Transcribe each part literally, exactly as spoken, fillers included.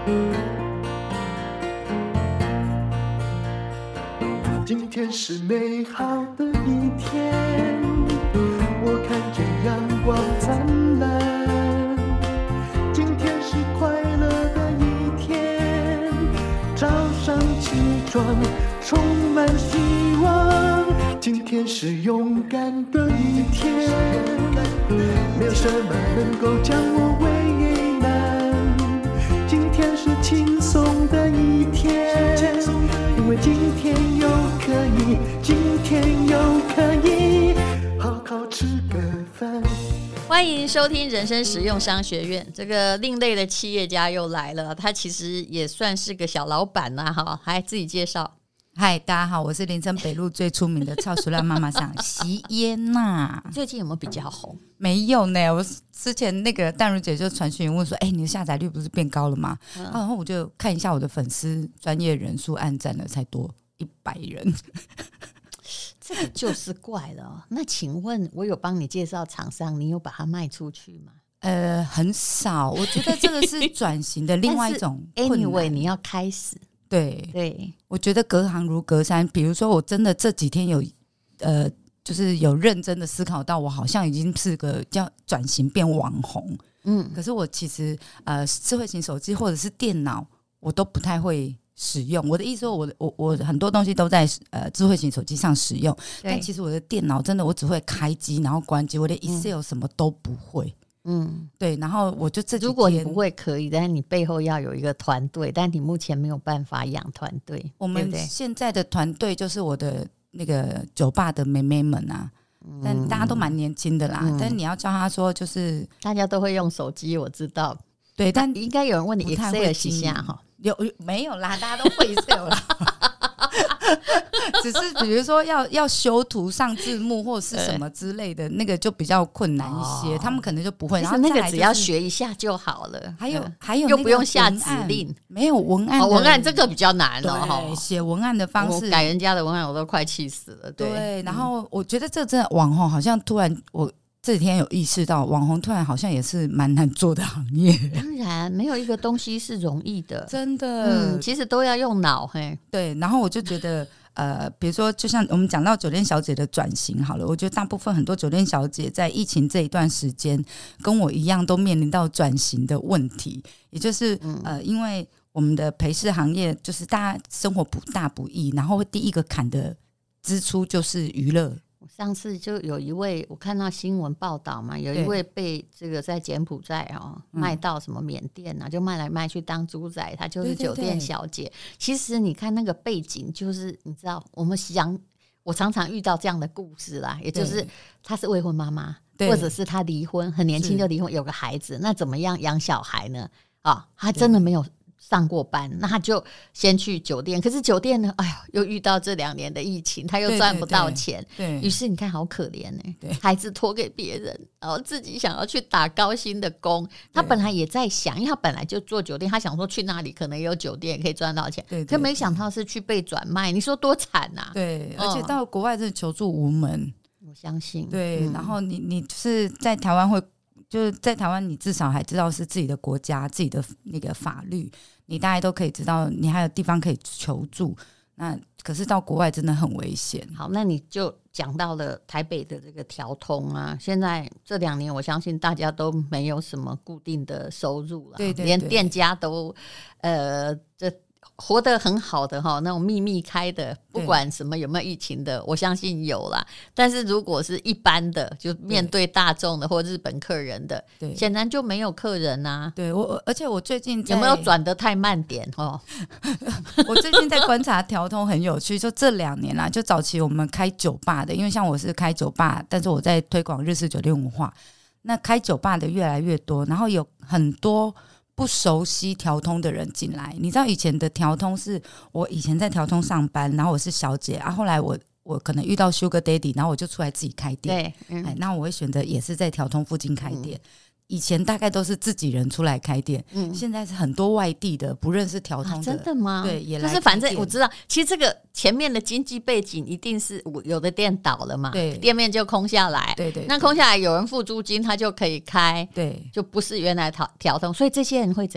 今天是美好的一天，我看见阳光灿烂。今天是快乐的一天，早上起床充满希望。今天是勇敢的一天，没有什么能够将我为难。今天是轻松的一天，因为今天又可以，今天又可以好好吃个饭。 欢迎收听人生实用商学院。这个另类的企业家又来了，他其实也算是个小老板啦、啊、还自己介绍。 嗨，大家好，我是林森北路最出名的超熟烂妈妈桑席耶娜。 最近有没有比较红？ 没有呢，我之前那个淡如姐就传讯问说，哎、欸，你的下载率不是变高了吗？嗯、然后我就看一下我的粉丝专业人数，按赞了才多一百人。 这个就是怪了、哦。那请问我有帮你介绍厂商，你有把它卖出去吗？ 呃，很少。我觉得这个是转型的另外一种困难。 anyway， 你要开始。 对对， 我觉得隔行如隔山。比如说，我真的这几天有呃，就是有认真的思考到，我好像已经是个叫转型变网红。嗯，可是我其实呃，智慧型手机或者是电脑，我都不太会使用。我的意思说我，我我很多东西都在呃智慧型手机上使用，但其实我的电脑真的我只会开机然后关机，我连 Excel 什么都不会。嗯，对，然后我就这几天， 如果你不会可以，但是你背后要有一个团队，但你目前没有办法养团队。 我们现在的团队就是我的那个酒吧的妹妹们啊，嗯、但大家都蛮年轻的啦、嗯。但你要教他说，就是大家都会用手机，我知道。 对，但应该有人问你 Excel 一下哈， 有没有啦？大家都会 Excel 啦。只是比如说要要修图上字幕或是什么之类的，那个就比较困难一些，哦、他们可能就不会。 然后那个只要学一下就好了。 还有、嗯、还有， 又不用下指令， 没有文案、哦。 文案这个比较难哦。 对，写文案的方式， 我改人家的文案我都快气死了。对， 对然后我觉得这真的网红好像突然我。这几天有意识到，网红突然好像也是蛮难做的行业。 当然，没有一个东西是容易的， 真的。 嗯，其实都要用脑。嘿， 对。然后我就觉得，呃，比如说，就像我们讲到酒店小姐的转型好了，我觉得大部分很多酒店小姐在疫情这一段时间，跟我一样都面临到转型的问题，也就是、嗯、呃，因为我们的陪侍行业就是大家生活不大不易，然后第一个砍的支出就是娱乐。 上次就有一位我看到新闻报道嘛，有一位被这个在柬埔寨哦卖到什么缅甸啊、嗯，就卖来卖去当猪仔，他就是酒店小姐。对对对，其实你看那个背景，就是你知道我们想，我常常遇到这样的故事啦，也就是她是未婚妈妈，或者是她离婚很年轻就离婚，有个孩子，那怎么样养小孩呢？啊，她真的没有上过班，那他就先去酒店，可是酒店呢，哎呀，又遇到这两年的疫情，他又赚不到钱，对，于是你看好可怜哎、欸，孩子托给别人，然后自己想要去打高薪的工，他本来也在想，因为他本来就做酒店，他想说去那里可能也有酒店可以赚到钱，对对对，可没想到是去被转卖，你说多惨啊！ 对，而且到国外真的求助无门， 我相信， 对，嗯、然后你你就是在台湾会。就是在台湾，你至少还知道是自己的国家、自己的那个法律，你大概都可以知道，你还有地方可以求助。那可是到国外真的很危险。 好，那你就讲到了台北的这个调通啊，现在这两年我相信大家都没有什么固定的收入了，对对对，连店家都呃这。活得很好的那种秘密开的，不管什么有没有疫情的，我相信有啦。但是如果是一般的，就面对大众的或日本客人的，显然就没有客人啊。 对，我而且我最近有没有转得太慢点哦？ 我最近在观察调通很有趣，就这两年啦，就早期我们开酒吧的，因为像我是开酒吧，但是我在推广日式酒店文化，那开酒吧的越来越多，然后有很多。不熟悉调通的人进来，你知道以前的调通是我以前在调通上班，然后我是小姐啊，后来我我可能遇到 Sugar Daddy， 然后我就出来自己开店，对，嗯、哎，那我会选择也是在调通附近开店。嗯以前大概都是自己人出来开店、嗯、现在是很多外地的不认识调通的、啊、 真的吗？ 对，也来就是反正我知道其实这个前面的经济背景一定是有的店倒了嘛，对，店面就空下来，对 对, 对，那空下来有人付租金他就可以开，对，就不是原来调通，所以这些人会怎样？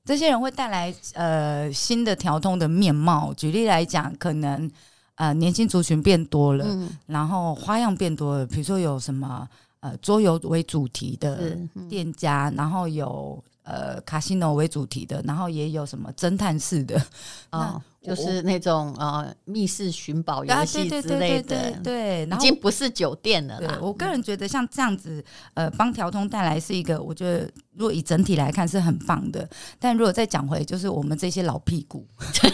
这些人会带来呃新的调通的面貌。举例来讲，可能呃年轻族群变多了，嗯、然后花样变多了，比如说有什么呃桌游为主题的店家，嗯、然后有呃卡西诺为主题的，然后也有什么侦探式的， 哦，就是那种呃密室寻宝游戏之类的， 对对对对对对， 已经不是酒店了啦。 我个人觉得像这样子，呃，帮调通带来是一个，我觉得如果以整体来看是很棒的。但如果再讲回，就是我们这些老屁股。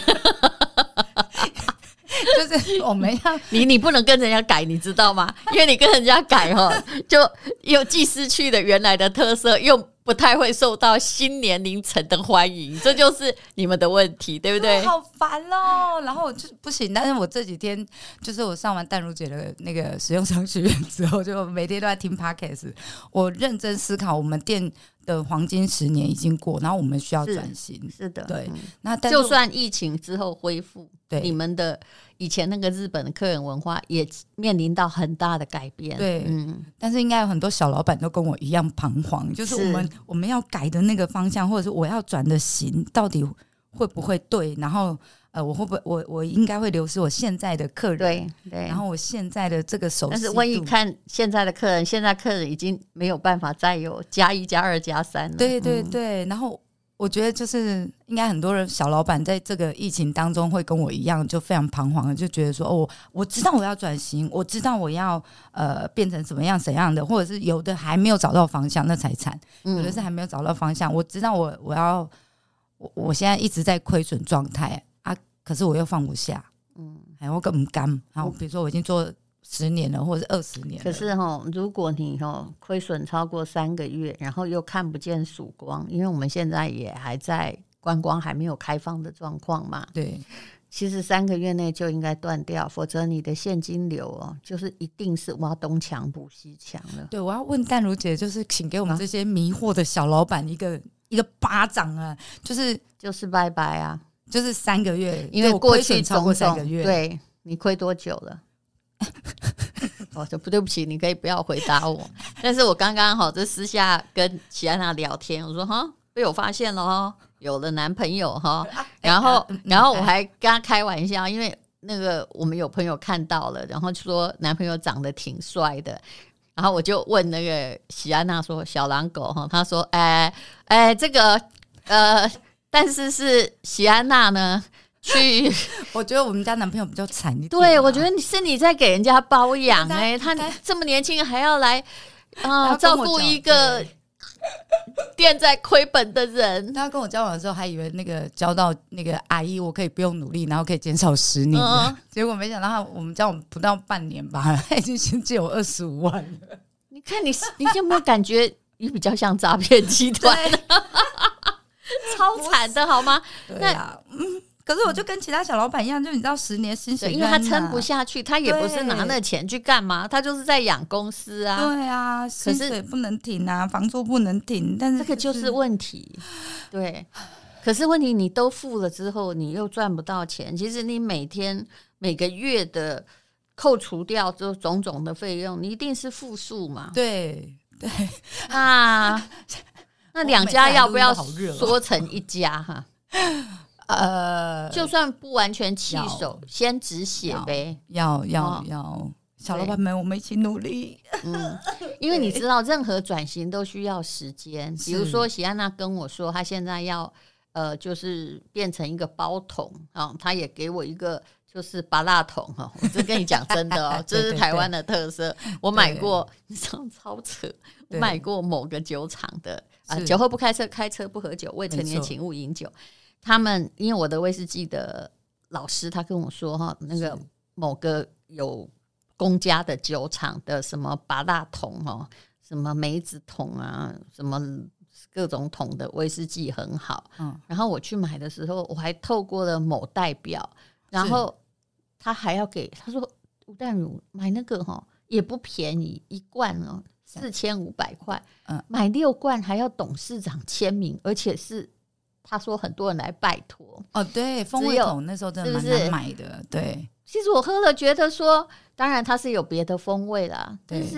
就是我们要你你不能跟人家改，你知道吗？因为你跟人家改哈，就又既失去了原来的特色，又不太会受到新年龄层的欢迎，这就是你们的问题，对不对？ 好烦哦！然后我就不行，但是我这几天就是我上完淡如姐的那个实用商学院之后，就每天都在听 podcast， 我认真思考我们店的黄金十年已经过，然后我们需要转型。 是, 是的， 对。 嗯、 那就算疫情之后恢复，对你们的以前那个日本的客人文化也面临到很大的改变。 对，嗯。但是应该有很多小老板都跟我一样彷徨，就是我们我们要改的那个方向，或者是我要转的型，到底会不会对？然后呃，我会不会我我应该会流失我现在的客人？ 对对。 然后我现在的这个熟悉度， 但是万一看现在的客人，现在客人已经没有办法再有加一加二加三了。 对对对。嗯、然后我觉得就是应该很多人小老板在这个疫情当中会跟我一样，就非常彷徨的，就觉得说哦，我知道我要转型，我知道我要呃变成什么样怎样的，或者是有的还没有找到方向，那才惨。有的是还没有找到方向，我知道我我要我我现在一直在亏损状态啊，可是我又放不下，嗯，还我更不甘。然后比如说我已经做十年了，或者是二十年了， 可是哈，如果你哈亏损超过三个月，然后又看不见曙光，因为我们现在也还在观光还没有开放的状况嘛， 对。 其实三个月内就应该断掉，否则你的现金流哦，就是一定是挖东墙补西墙了。 对，我要问淡如姐，就是请给我们这些迷惑的小老板一个、啊、一个巴掌啊，就是就是拜拜啊， 就是三个月， 因为过去超过三个月， 对，你亏多久了？哦，不对不起，你可以不要回答我。但是我刚刚好在私下跟齐安娜聊天，我说哈，被我发现了哈。有了男朋友哈，然后然后我还跟他开玩笑，因为那个我们有朋友看到了，然后说男朋友长得挺帅的，然后我就问那个喜安娜说小狼狗哈，他说哎哎这个呃，但是是喜安娜呢去， 我觉得我们家男朋友比较惨一点、啊， 对我觉得是你在给人家包养哎、欸，他这么年轻还要来啊、呃、照顾一个。店在亏本的人， 他跟我交往的时候还以为那个交到那个阿姨我可以不用努力，然后可以减少十年的、嗯、结果没想到他我们交往不到半年吧，他已经先借我二十五万了。 你看你你有没有感觉你比较像诈骗集团？超惨的好吗？ 对啊，嗯。可是我就跟其他小老板一样，就你知道十年薪水， 因为他撑不下去，他也不是拿那钱去干嘛，他就是在养公司啊。 对啊，薪水不能停啊，房租不能停，但是、 就是、这个就是问题。对，可是问题你都付了之后，你又赚不到钱。其实你每天每个月的扣除掉就种种的费用，你一定是负数嘛。 对对， 那那两家要不要缩成一家哈？呃，就算不完全弃手，先止血呗。 要要、哦、要，小老板们，我们一起努力。 嗯，因为你知道，任何转型都需要时间。比如说，喜安娜跟我说，她现在要呃，就是变成一个包桶啊、哦，她也给我一个就是拔蜡桶哈。我这跟你讲真的哦，这是台湾的特色。对对对，我买过，你知道超扯，我买过某个酒厂的啊、呃，酒后不开车，开车不喝酒，未成年请勿饮酒。他们因为我的威士忌的老师他跟我说哈，那个某个有公家的酒厂的什么拔蜡桶哦，什么梅子桶啊，什么各种桶的威士忌很好、嗯、然后我去买的时候我还透过了某代表，然后他还要给他说吴淡如买那个哈也不便宜，一罐哦四千五百块，买六罐还要董事长签名，而且是他说很多人来拜托哦，对，风味桶那时候真的蛮难买的，对。 其实我喝了觉得说，当然它是有别的风味啦，但是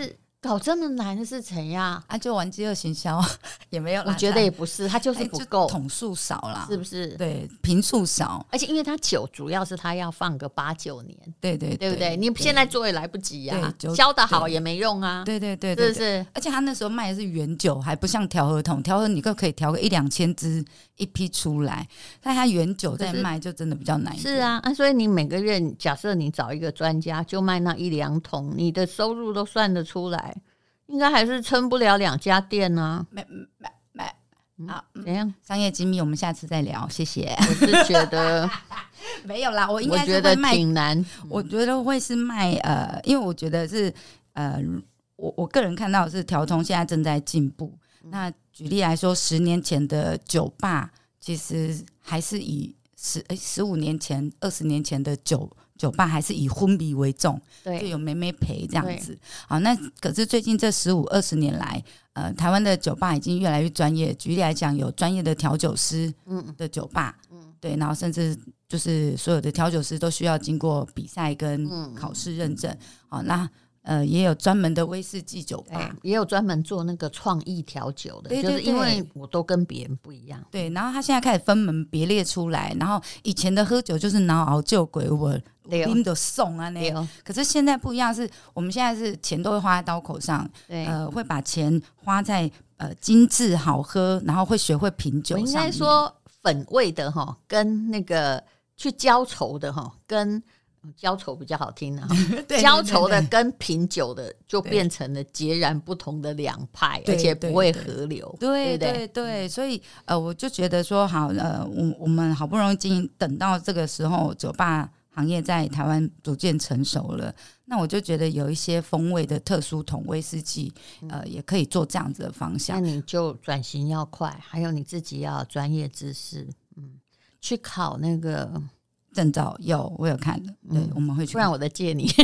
搞这么难的是怎样啊？就玩饥饿行销也没有啦， 我觉得也不是，它就是不够， 桶数少啦， 是不是？ 对，坪数少， 而且因为它酒主要是它要放个八九年， 对对 对, 对不对？你现在做也来不及呀， 啊， 销得好也没用啊， 对对对对， 是不是？ 而且他那时候卖的是原酒，还不像调和桶，调和你可以调个一两千支一批出来，但他原酒在卖就真的比较难一点。 是啊，啊，所以你每个月假设你找一个专家就卖那一两桶，你的收入都算得出来，应该还是撑不了两家店啊。 没没没啊， 怎样？ 商业机密我们下次再聊，谢谢。 我是觉得没有啦，我应该是我觉得会卖挺难， 我觉得会是卖呃，因为我觉得是呃，我我个人看到的是调通现在正在进步。那举例来说，十年前的酒吧其实还是以十十五年前、二十年前的酒酒吧还是以婚礼为重， 对， 就有妹妹陪这样子。好，那可是最近这十五二十年来，呃，台湾的酒吧已经越来越专业。举例来讲，有专业的调酒师的酒吧，嗯，对，然后甚至就是所有的调酒师都需要经过比赛跟考试认证。好，那呃，也有专门的威士忌酒吧， 也有专门做那个创意调酒的， 对对对， 就是因为我都跟别人不一样。 对，然后他现在开始分门别列出来，然后以前的喝酒就是脑熬救鬼，我拎的送啊那，可是现在不一样，是我们现在是钱都会花在刀口上， 对， 呃，会把钱花在呃精致好喝，然后会学会品酒上面。 我应该说粉味的哈，跟那个去浇稠的哈，跟浇稠比较好听啊，浇稠的跟品酒的就变成了截然不同的两派，而且不会合流。 对对对对，所以呃，我就觉得说好，呃，我我们好不容易经营，等到这个时候，酒吧行业在台湾逐渐成熟了，那我就觉得有一些风味的特殊桶威士忌，呃，也可以做这样子的方向。 那你就转型要快，还有你自己要有专业知识，嗯，去考那个。 证照有，我有看的，对，嗯、我们会去。 不然我再借你。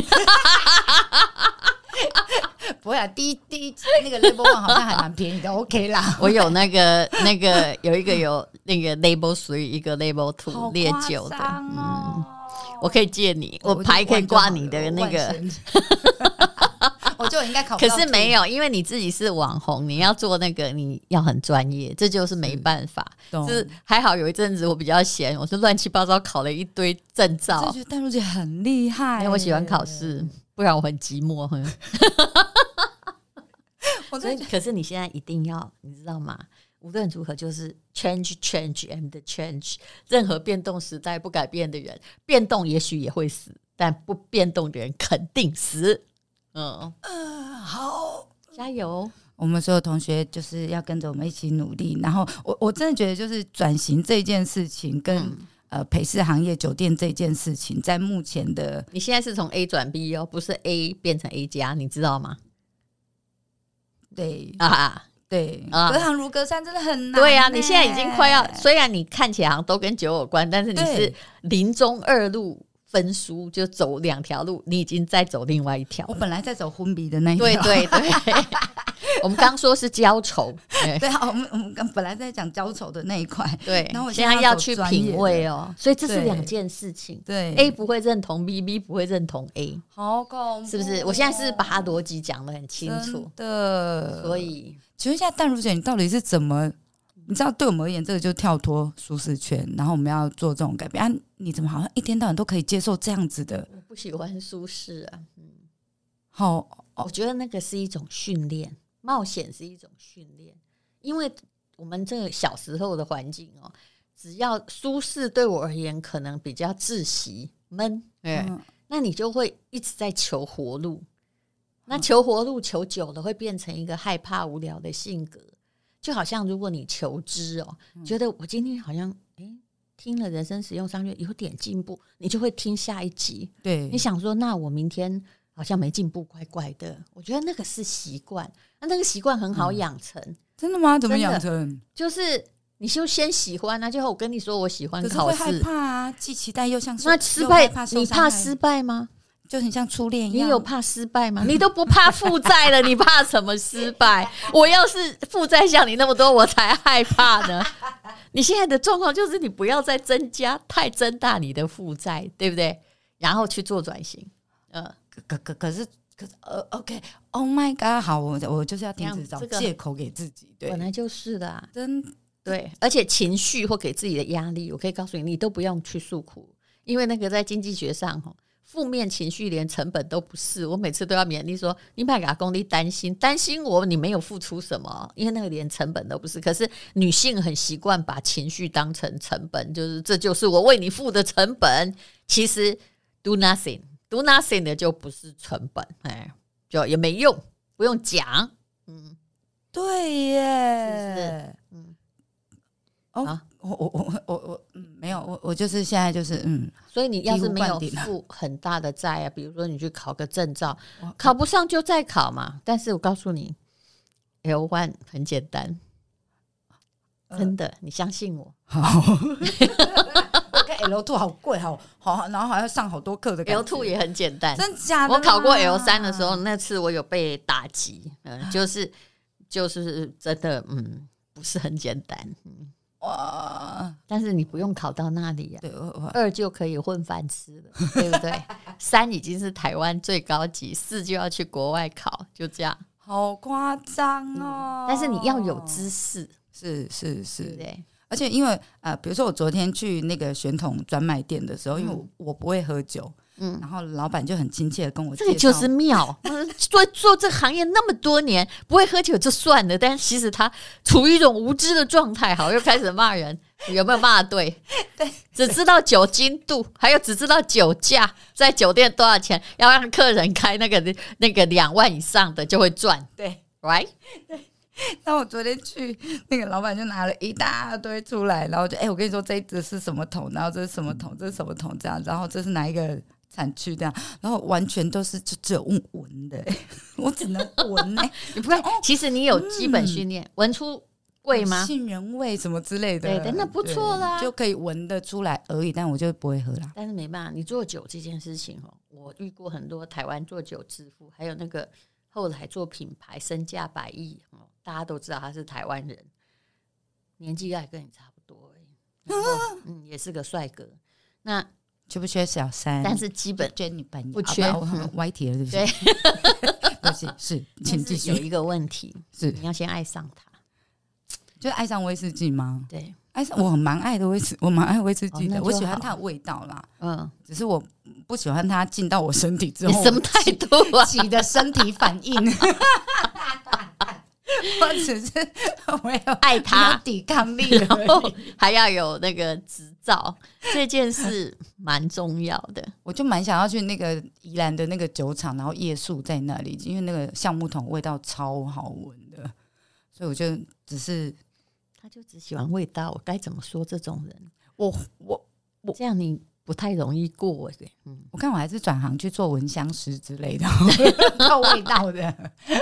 不会啊，第一第一那个 Label One 好像还蛮便宜的，OK 啦。 我有那个那个有一个有那个 Label Three， 一个 Label Two 烈酒的， 哦、 嗯，我可以借你，我牌可以挂你的那个。 我就应该考不到， 可是没有，因为你自己是网红，你要做那个，你要很专业，这就是没办法。就是还好有一阵子我比较闲，我是乱七八糟考了一堆证照。 我觉得淡如姐很厉害， 因为我喜欢考试，不然我很寂寞。我所以，可是你现在一定要，你知道吗？无论如何，就是 change, change and change。任何变动时代不改变的人，变动也许也会死，但不变动的人肯定死。嗯， 呃，好， 加油！ 我们所有同学就是要跟着我们一起努力。然后我我真的觉得，就是转型这件事情跟、嗯、呃陪侍行业酒店这件事情，在目前的你现在是从 A 转 B 哦，不是 A 变成 A 加，你知道吗？ 对啊， 对， 啊、 隔行如隔山，真的很难。 对啊，你现在已经快要，虽然你看起来好像都跟酒有关，但是你是林中二路。分书就走两条路，你已经在走另外一条。 我本来在走婚礼的那一条， 对对对。我们刚说是浇愁， 对啊，我们我们本来在讲浇愁的那一块， 对。 然后我现在要去品味哦，所以这是两件事情。 对 ，A 不会认同 B，B 不会认同 A， 好恐怖， 是不是？我现在是把它逻辑讲得很清楚的。 所以， 请问一下，淡如姐，你到底是怎么？你知道，对我们而言，这个就是跳脱舒适圈，然后我们要做这种改变啊！你怎么好像一天到晚都可以接受这样子的？ 我不喜欢舒适啊，嗯， 好、哦， 我觉得那个是一种训练，冒险是一种训练，因为我们这个小时候的环境哦，只要舒适对我而言可能比较窒息闷，嗯，那你就会一直在求活路，那求活路求久了会变成一个害怕无聊的性格。就好像如果你求知哦，觉得我今天好像诶听了人生实用商学有点进步，你就会听下一集。 对， 你想说那我明天好像没进步，怪怪的。我觉得那个是习惯，那那个习惯很好养成、嗯。 真的吗？怎么养成？ 就是你就先喜欢啊，就我跟你说我喜欢考试， 可是会害怕啊，既期待又像那失败，你怕失败吗？ 就很像初恋一样， 你有怕失败吗？你都不怕负债了，你怕什么失败？我要是负债像你那么多，我才害怕呢。你现在的状况就是你不要再增加太增大你的负债，对不对？然后去做转型。呃， 可可可是可是呃 ，OK，Oh my God， 好，我我就是要停止找借口给自己，对， 本来就是的、啊， 真对，而且情绪或给自己的压力，我可以告诉你，你都不用去诉苦，因为那个在经济学上哈。负面情绪连成本都不是，我每次都要勉励说，你买给阿公你担心担心我，你没有付出什么，因为那个连成本都不是。可是女性很习惯把情绪当成成本，就是这就是我为你付的成本。其实 do nothing do nothing 的就不是成本，哎，就也没用，不用讲。嗯， 对耶， 是不是？嗯， 哦。啊我我我我我嗯没有我我就是现在就是嗯， 所以你要是没有负很大的债啊，比如说你去考个证照，考不上就再考嘛。但是我告诉你 ，L 一 很简单，真的，呃、你相信我。 好，L 二 好贵，好好，然后还要上好多课的感觉。 L 二 也很简单， 真假的？ 我考过 L 三 的时候，那次我有被打击，嗯，就是就是真的，嗯，不是很简单，嗯。哇！但是你不用考到那里啊，对，二就可以混饭吃了，对不对？三已经是台湾最高级，四就要去国外考，就这样， 好夸张哦、 嗯！但是你要有知识， 是是是， 对不对？ 而且因为呃，比如说我昨天去那个选统专卖店的时候，因为 我,、嗯、我不会喝酒。嗯，然后老板就很亲切的跟我介绍， 这个就是妙。做做这个行业那么多年，不会喝酒就算了，但是其实他处于一种无知的状态，好，又开始骂人，有没有骂对？对，只知道酒精度，还有只知道酒价，在酒店多少钱，要让客人开那个那个两万以上的就会赚， 对 ，right？ 对。那我昨天去，那个老板就拿了一大堆出来，然后就哎、欸，我跟你说这一支是什么桶，然后这是什么桶，这是什么桶，这样，然后这是哪一个产区这样，然后完全都是就只有闻的、欸，我只能闻呢、欸。 你不看，其实你有基本训练，闻、嗯、出贵吗？ 杏仁味什么之类的， 对的，那不错啦， 就可以闻得出来而已，但我就不会喝啦。 但是没办法，你做酒这件事情哦，我遇过很多台湾做酒致富，还有那个后来做品牌身价百亿哦。大家都知道他是台湾人，年纪也跟你差不多而已，嗯，也是个帅哥。那缺不缺小三？ 但是基本不缺，我歪题了，对不起。对不起，是，请继续。 有一个问题是， 你要先爱上他， 就爱上威士忌吗？ 对， 爱上我蛮爱的威士，我蛮爱威士忌的，哦、我喜欢它的味道啦。嗯，只是我不喜欢它进到我身体之后， 你什么态度啊？ 起的身体反应。我只是我有爱他， 有抵抗力， 然后还要有那个执照，这件事蛮重要的。 我就蛮想要去那个宜兰的那个酒厂，然后夜宿在那里，因为那个橡木桶味道超好闻的，所以我就只是， 他就只喜欢味道。我该怎么说这种人？ 我我我这样你不太容易过的、 嗯、我看我还是转行去做闻香师之类的靠味道的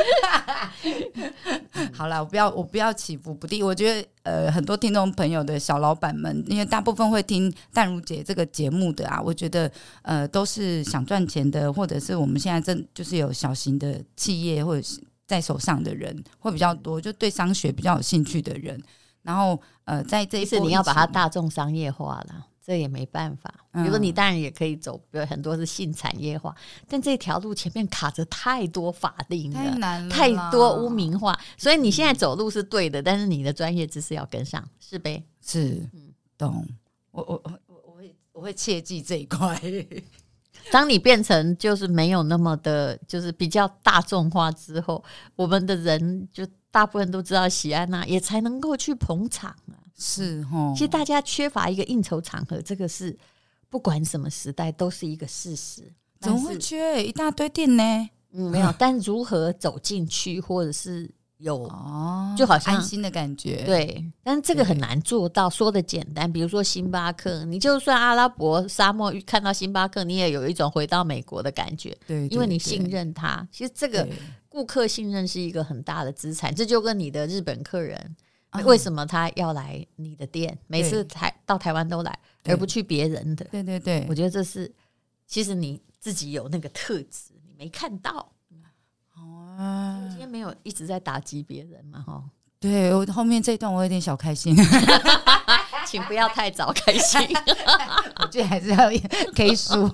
好啦，我不要我不要起伏不定。我觉得呃，很多听众朋友的小老板们，因为大部分会听淡如姐这个节目的啊，我觉得呃都是想赚钱的，或者是我们现在正就是有小型的企业或者是在手上的人会比较多，就对商学比较有兴趣的人。然后呃，在这一波你要把它大众商业化了，这也没办法。比如说你当然也可以走，比如很多是性产业化，但这条路前面卡着太多法令了， 太难了， 太多污名化，所以你现在走路是对的，但是你的专业知识要跟上，是呗？ 是，懂。我我我我会我会切记这一块。 当你变成就是没有那么的，就是比较大众化之后，我们的人就大部分都知道喜安娜，也才能够去捧场啊。 是齁， 其实大家缺乏一个应酬场合，这个是不管什么时代都是一个事实。 怎么会缺？一大堆店呢？ 嗯，没有。但如何走进去，或者是有、 哦、 就好像安心的感觉。 对，但是这个很难做到。说的简单，比如说星巴克，你就算阿拉伯沙漠看到星巴克，你也有一种回到美国的感觉。 对，对， 因为你信任他。其实这个顾客信任是一个很大的资产，这就跟你的日本客人。为什么他要来你的店？每次台到台湾都来，而不去别人的。 对对对， 我觉得这是其实你自己有那个特质，你没看到。哦、啊，我今天没有一直在打击别人嘛，哈。 对，我后面这一段我有点小开心。 请不要太早开心。 我觉得还是要 K 书，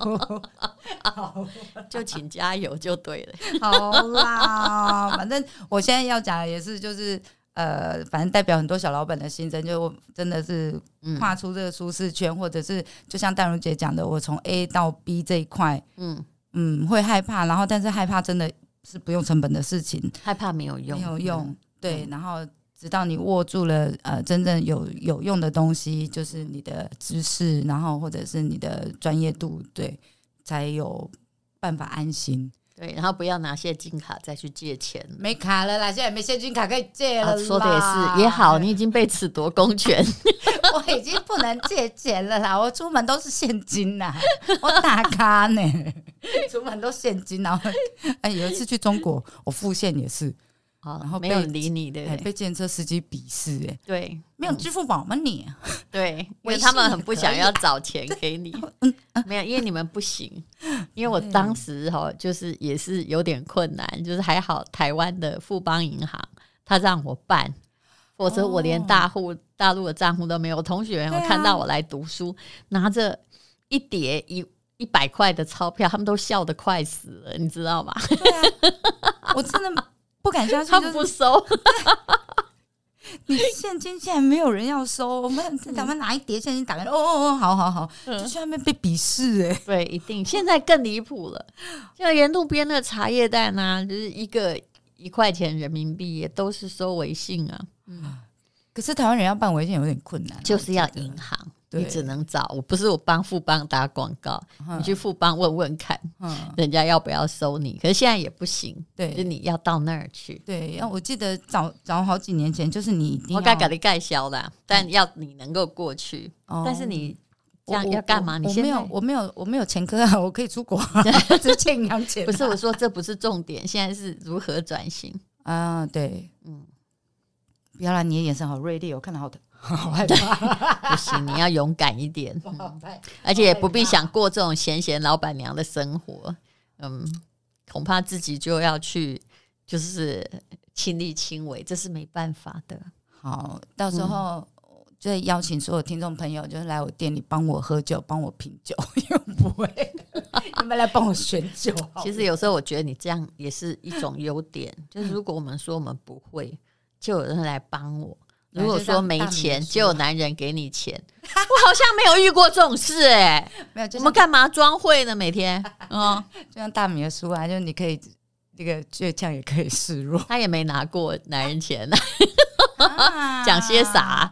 就请加油就对了。 好啦，反正我现在要讲的也是就是呃，反正代表很多小老板的心声，就我真的是跨出这个舒适圈，嗯、或者是就像淡如姐讲的，我从 A 到 B 这一块，嗯嗯，会害怕，然后但是害怕真的是不用成本的事情， 害怕没有用， 没有用， 嗯、 对，然后直到你握住了呃真正有有用的东西，就是你的知识，然后或者是你的专业度，对，才有办法安心。 对，然后不要拿现金卡再去借钱， 没卡了啦，现在没现金卡可以借了啦、啊、 说的也是也好，你已经被褫夺公权。 我已经不能借钱了啦，我出门都是现金啦，我打卡呢，出门都现金。然后哎，有一次去中国，我付现也是。 哦、然后没有理你的、 欸，被计程车司机鄙视哎、欸， 对， 没有支付宝吗你？ 对，因为他们很不想要找钱给你，没有，因为你们不行。因为我当时哈、哦，就是也是有点困难，就是还好台湾的富邦银行他让我办，否则我连大户、哦、大陆的账户都没有。同学有看到我来读书，啊、拿着一叠一一百块的钞票，他们都笑得快死了，你知道吗？ 对啊，我真的。不敢相信、就是， 他不收。 你现金现在没有人要收，我们咱们拿一叠现金打开，哦哦哦，好好好，嗯、就去那边被鄙视哎、欸。 对，一定。现在更离谱了，像沿路边的茶叶蛋啊，就是一个一块钱人民币，也都是收微信啊。嗯， 可是台湾人要办微信有点困难， 就是要银行。你只能找我，不是我帮富邦打广告、嗯，你去富邦问问看、嗯，人家要不要收你。可是现在也不行，对，就是你要到那儿去。 对，我记得早早好几年前，就是你一定要我该给你盖销的，但要你能够过去、嗯。但是你这样要干嘛？你现在我没有，我没有前科啊，我可以出国，只欠银行钱、啊。 不是我说这不是重点，现在是如何转型啊？对，嗯，不要啦，你的眼神好锐利，我看到好的。好害怕， 不行，你要勇敢一点，嗯、而且也不必想过这种闲闲老板娘的生活，嗯，恐怕自己就要去，就是亲力亲为，这是没办法的。 好，到时候就邀请所有听众朋友，就是来我店里帮我喝酒，帮我品酒，因为我不会，你们来帮我选酒。 其实有时候我觉得你这样也是一种优点，就是如果我们说我们不会，就有人来帮我。如果说没钱，就有男人给你钱，我好像没有遇过这种事哎、欸。 没有， 我们干嘛装会呢？每天，嗯， 就像大米的书啊，就是你可以这个倔强也可以示弱。 他也没拿过男人钱啊，讲些啥？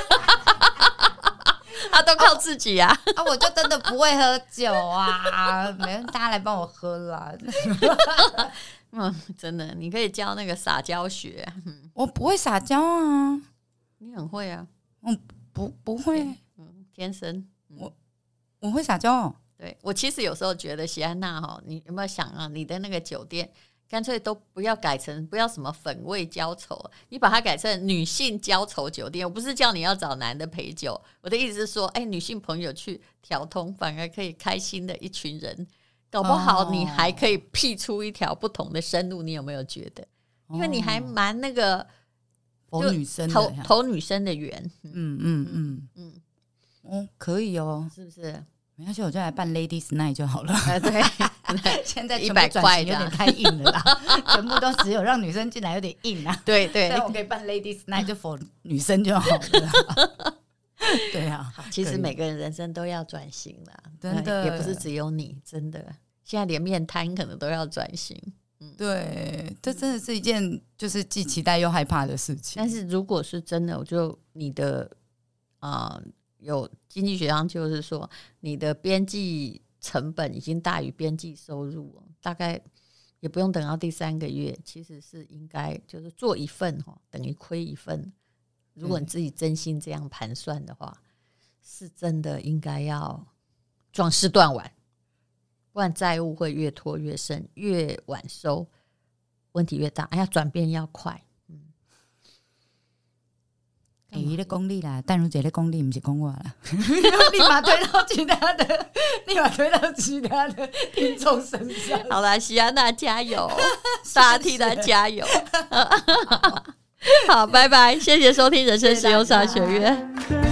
他都靠自己啊！ 啊，我就真的不会喝酒啊，没人大家来帮我喝啦。 嗯，真的，你可以教那个撒娇学、啊嗯。我不会撒娇啊， 你很会啊。 嗯，不不会， 嗯，天生。嗯、 我我会撒娇、哦。 对，我其实有时候觉得喜安娜哈，你有没有想啊？你的那个酒店干脆都不要改成不要什么粉味浇稠，你把它改成女性浇稠酒店。我不是叫你要找男的陪酒，我的意思是说，哎，女性朋友去调通，反而可以开心的一群人。搞不好你还可以辟出一条不同的生路，你有没有觉得？因为你还蛮那个投女生投投女生的缘， 嗯嗯嗯嗯，哦，可以哦， 是不是？ 没关系，我就来办 Ladies Night 就好了。 啊、对， 现在一百块有点太硬了啦，全部都只有让女生进来有点硬啊。 对对， 但我可以办 Ladies Night 就 for 女生就好了。对啊， 其实每个人人生都要转型啦， 真的， 也不是只有你，真的。现在连面瘫可能都要转型， 嗯，对，这真的是一件就是既期待又害怕的事情。 但是如果是真的，我就你的啊、呃，有经济学上就是说，你的边际成本已经大于边际收入，大概也不用等到第三个月，其实是应该就是做一份等于亏一份。如果你自己真心这样盘算的话，是真的应该要壮士断腕。不然债务会越拖越深，越晚收问题越大。哎呀，转变要快。嗯， 哎、欸，在讲你啦，淡如姐在讲你，不是讲我啦。立马推到其他的，立马推到其他的听众身上。 好啦，喜安娜加油，大家替她加油。好，拜拜，谢谢收听人生实用商学院。